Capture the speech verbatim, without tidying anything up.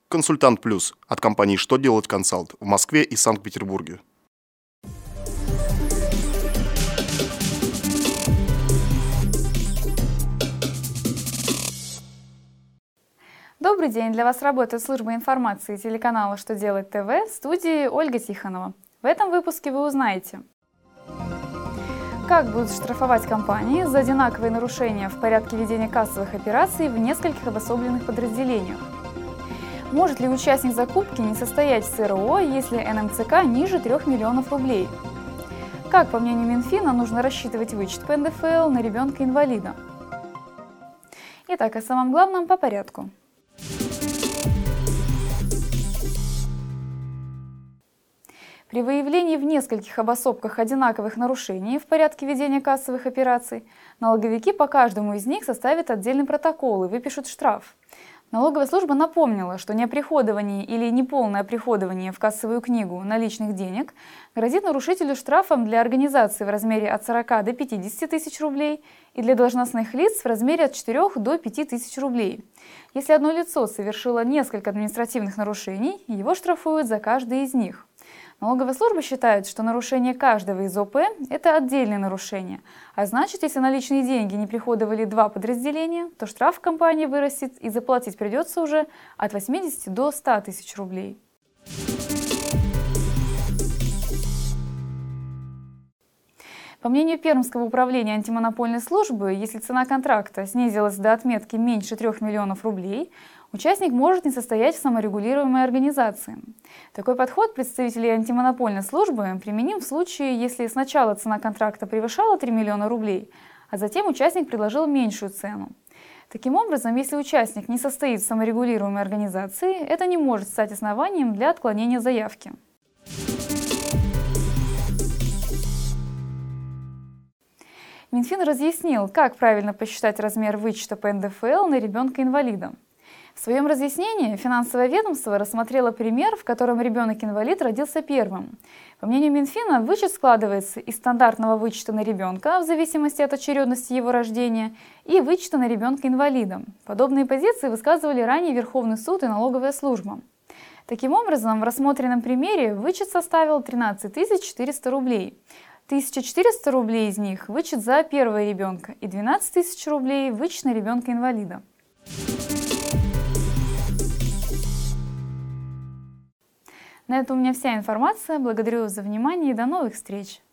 Консультант Плюс от компании «Что делать консалт» в Москве и Санкт-Петербурге. Добрый день! Для вас работает служба информации телеканала «Что делать ТВ», в студии Ольга Тихонова. В этом выпуске вы узнаете, как будут штрафовать компании за одинаковые нарушения в порядке ведения кассовых операций в нескольких обособленных подразделениях. Может ли участник закупки не состоять в СРО, если эн эм цэ ка ниже трёх миллионов рублей? Как, по мнению Минфина, нужно рассчитывать вычет по эн дэ эф эл на ребенка-инвалида? Итак, о самом главном по порядку. При выявлении в нескольких обособках одинаковых нарушений в порядке ведения кассовых операций налоговики по каждому из них составят отдельный протокол и выпишут штраф. Налоговая служба напомнила, что неоприходование или неполное оприходование в кассовую книгу наличных денег грозит нарушителю штрафом для организации в размере от сорока до пятидесяти тысяч рублей и для должностных лиц в размере от четырёх до пяти тысяч рублей. Если одно лицо совершило несколько административных нарушений, его штрафуют за каждое из них. Налоговая служба считает, что нарушение каждого из о пэ – это отдельное нарушение, а значит, если наличные деньги не приходовали два подразделения, то штраф компании вырастет и заплатить придется уже от восьмидесяти до ста тысяч рублей. По мнению Пермского управления антимонопольной службы, если цена контракта снизилась до отметки меньше трёх миллионов рублей, участник может не состоять в саморегулируемой организации. Такой подход представителей антимонопольной службы применим в случае, если сначала цена контракта превышала три миллиона рублей, а затем участник предложил меньшую цену. Таким образом, если участник не состоит в саморегулируемой организации, это не может стать основанием для отклонения заявки. Минфин разъяснил, как правильно посчитать размер вычета по эн дэ эф эл на ребенка-инвалида. В своем разъяснении финансовое ведомство рассмотрело пример, в котором ребенок-инвалид родился первым. По мнению Минфина, вычет складывается из стандартного вычета на ребенка в зависимости от очередности его рождения и вычета на ребенка-инвалида. Подобные позиции высказывали ранее Верховный суд и налоговая служба. Таким образом, в рассмотренном примере вычет составил тринадцать тысяч четыреста рублей. тысяча четыреста рублей из них вычет за первого ребенка и двенадцать тысяч рублей вычет на ребенка-инвалида. На этом у меня вся информация. Благодарю за внимание и до новых встреч!